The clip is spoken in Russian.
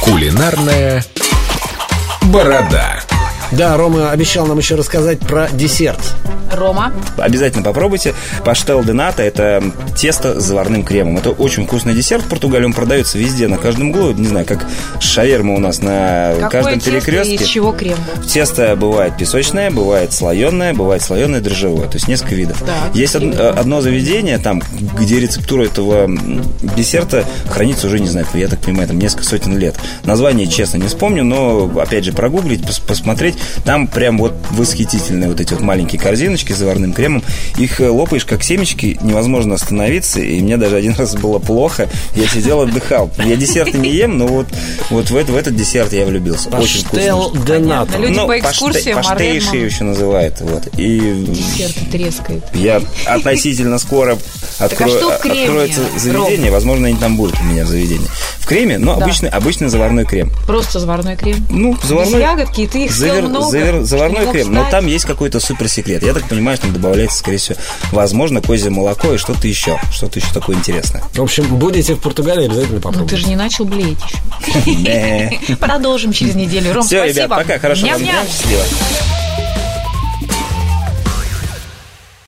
Кулинарная борода. Да, Рома обещал нам еще рассказать про десерт. Рома. Обязательно попробуйте. Паштел де ната – это тесто с заварным кремом. Это очень вкусный десерт в Португалии. Он продается везде, на каждом углу. Не знаю, как шаверма у нас на каждом перекрестке. Из чего крем? Тесто бывает песочное, бывает слоеное дрожжевое. То есть несколько видов. Так, есть одно заведение, там, где рецептура этого десерта хранится уже, не знаю, я так понимаю, там несколько сотен лет. Название, честно, не вспомню, но, опять же, прогуглить, посмотреть. Там прям вот восхитительные вот эти вот маленькие корзиночки с заварным кремом. Их лопаешь, как семечки, невозможно остановиться. И мне даже один раз было плохо. Я сидел, отдыхал. Я десерты не ем, но вот в этот десерт я влюбился. Паштел де ната. Люди по экскурсиям паштейши еще называют. Вот. И десерты трескают. Я относительно скоро откроется заведение. Возможно, они там будут у меня в заведении. В креме, но обычный заварной крем. Просто заварной крем? Ну, заварной. Без ягодки, и ты их съел много. Заварной крем, но там есть какой-то суперсекрет. Я так понимаю, что там добавляется, скорее всего, возможно, козье молоко и что-то еще такое интересное. В общем, будете в Португалии, обязательно попробуйте. Ну, ты же не начал блеять еще. Продолжим через неделю. Ром, все, спасибо. Ребят, пока, хорошо вам дня, счастливо.